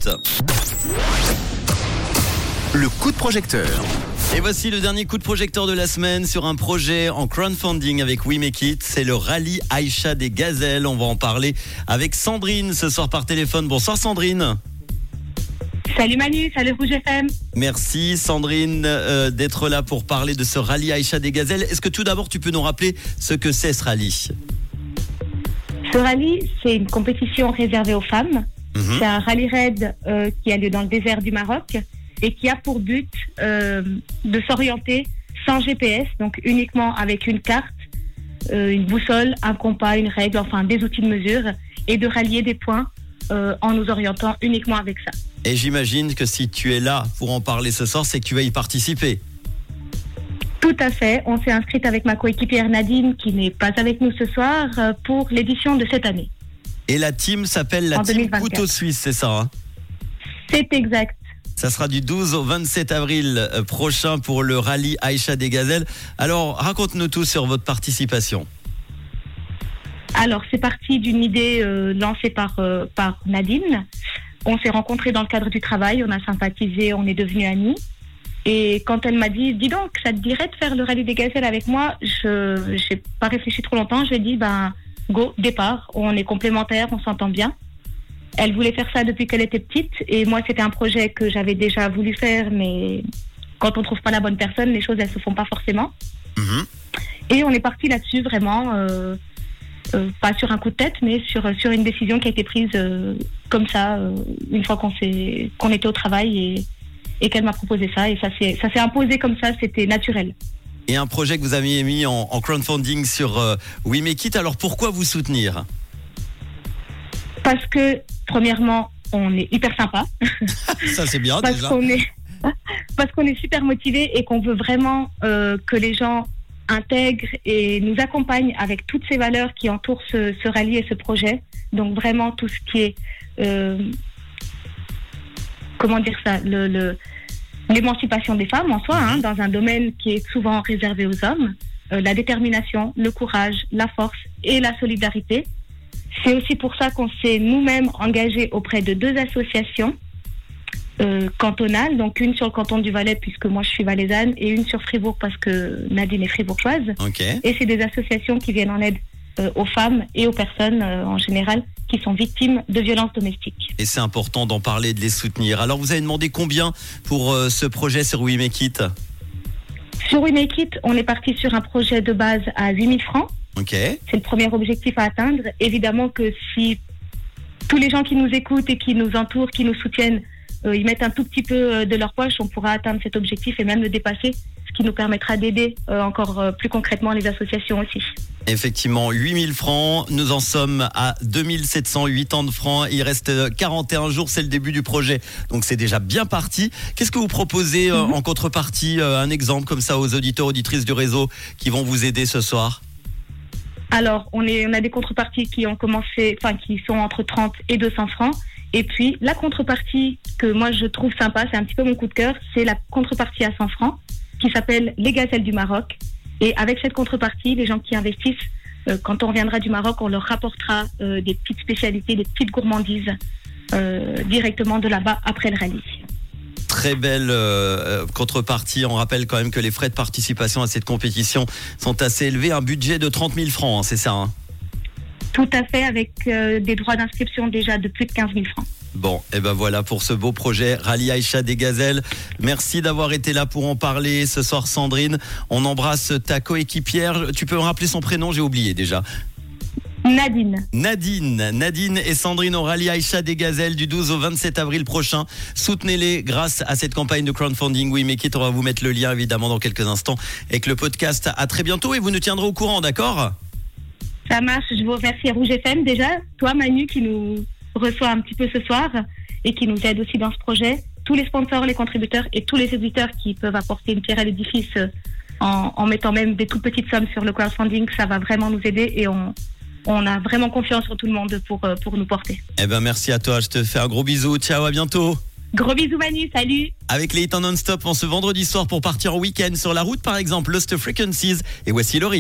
Le coup de projecteur. Et voici le dernier coup de projecteur de la semaine sur un projet en crowdfunding avec We Make It. C'est le rallye Aïcha des Gazelles. On va en parler avec Sandrine ce soir par téléphone. Bonsoir Sandrine. Salut Manu, salut Rouge FM. Merci Sandrine d'être là pour parler de ce rallye Aïcha des Gazelles. Est-ce que tout d'abord tu peux nous rappeler ce que c'est ce rallye ? Ce rallye, c'est une compétition réservée aux femmes. C'est un rallye raid qui a lieu dans le désert du Maroc et qui a pour but de s'orienter sans GPS, donc uniquement avec une carte, une boussole, un compas, une règle, enfin des outils de mesure, et de rallier des points en nous orientant uniquement avec ça. Et j'imagine que si tu es là pour en parler ce soir, c'est que tu vas y participer. Tout à fait. On s'est inscrite avec ma coéquipière Nadine, qui n'est pas avec nous ce soir, pour l'édition de cette année. Et la team s'appelle la team 2024. Couteau Suisse, c'est ça hein ? C'est exact. Ça sera du 12 au 27 avril prochain pour le rallye Aïcha des Gazelles. Alors, raconte-nous tout sur votre participation. Alors, c'est parti d'une idée lancée par Nadine. On s'est rencontrés dans le cadre du travail, on a sympathisé, on est devenus amis. Et quand elle m'a dit, dis donc, ça te dirait de faire le rallye des Gazelles avec moi, je n'ai pas réfléchi trop longtemps, je lui ai dit, go, départ, on est complémentaires, on s'entend bien. Elle voulait faire ça depuis qu'elle était petite et moi c'était un projet que j'avais déjà voulu faire, mais quand on trouve pas la bonne personne, les choses elles se font pas forcément. Et on est parti là-dessus vraiment, pas sur un coup de tête, mais sur une décision qui a été prise comme ça, une fois qu'on était au travail et qu'elle m'a proposé ça, et ça s'est imposé comme ça, c'était naturel. Et un projet que vous avez mis en crowdfunding sur We Make It, alors pourquoi vous soutenir ? Parce que, premièrement, on est hyper sympa. Ça c'est bien parce déjà. Parce qu'on est super motivés et qu'on veut vraiment que les gens intègrent et nous accompagnent avec toutes ces valeurs qui entourent ce rallye et ce projet. Donc vraiment tout ce qui est, l'émancipation des femmes en soi, dans un domaine qui est souvent réservé aux hommes, la détermination, le courage, la force et la solidarité. C'est aussi pour ça qu'on s'est nous-mêmes engagés auprès de 2 associations cantonales, donc une sur le canton du Valais puisque moi je suis valaisanne et une sur Fribourg parce que Nadine est fribourgeoise. Okay. Et c'est des associations qui viennent en aide aux femmes et aux personnes en général qui sont victimes de violences domestiques. Et c'est important d'en parler et de les soutenir. Alors vous avez demandé combien pour ce projet sur We Make It ? Sur We Make It, on est parti sur un projet de base à 8 000 francs. Okay. C'est le premier objectif à atteindre. Évidemment que si tous les gens qui nous écoutent et qui nous entourent, qui nous soutiennent, ils mettent un tout petit peu de leur poche, on pourra atteindre cet objectif et même le dépasser, ce qui nous permettra d'aider encore plus concrètement les associations aussi. Effectivement, 8 000 francs, nous en sommes à 2 780 francs, il reste 41 jours, c'est le début du projet, donc c'est déjà bien parti. Qu'est-ce que vous proposez en contrepartie, un exemple comme ça aux auditeurs, auditrices du réseau qui vont vous aider ce soir ? Alors, on a des contreparties qui sont entre 30 et 200 francs. Et puis, la contrepartie que moi je trouve sympa, c'est un petit peu mon coup de cœur, c'est la contrepartie à 100 francs qui s'appelle les Gazelles du Maroc. Et avec cette contrepartie, les gens qui investissent, quand on reviendra du Maroc, on leur rapportera des petites spécialités, des petites gourmandises directement de là-bas après le rallye. Très belle contrepartie. On rappelle quand même que les frais de participation à cette compétition sont assez élevés. Un budget de 30 000 francs, c'est ça Tout à fait, avec des droits d'inscription déjà de plus de 15 000 francs. Bon, et ben voilà pour ce beau projet Rallye Aïcha des Gazelles. Merci d'avoir été là pour en parler ce soir Sandrine. On embrasse ta coéquipière. Tu peux me rappeler son prénom, j'ai oublié déjà. Nadine et Sandrine au rallye Aïcha des Gazelles du 12 au 27 avril prochain. Soutenez-les grâce à cette campagne de crowdfunding We Make It. On va vous mettre le lien évidemment dans quelques instants avec le podcast. À très bientôt et vous nous tiendrez au courant, d'accord ? Ça marche, je vous remercie à Rouge FM déjà, toi Manu qui nous reçoit un petit peu ce soir et qui nous aide aussi dans ce projet, tous les sponsors, les contributeurs et tous les éditeurs qui peuvent apporter une pierre à l'édifice en mettant même des toutes petites sommes sur le crowdfunding, ça va vraiment nous aider et on a vraiment confiance sur tout le monde pour nous porter. Eh ben merci à toi, je te fais un gros bisou, ciao, à bientôt. Gros bisous Manu, salut. Avec les hits en non-stop en ce vendredi soir pour partir en week-end sur la route par exemple, Lost Frequencies et voici Laurie.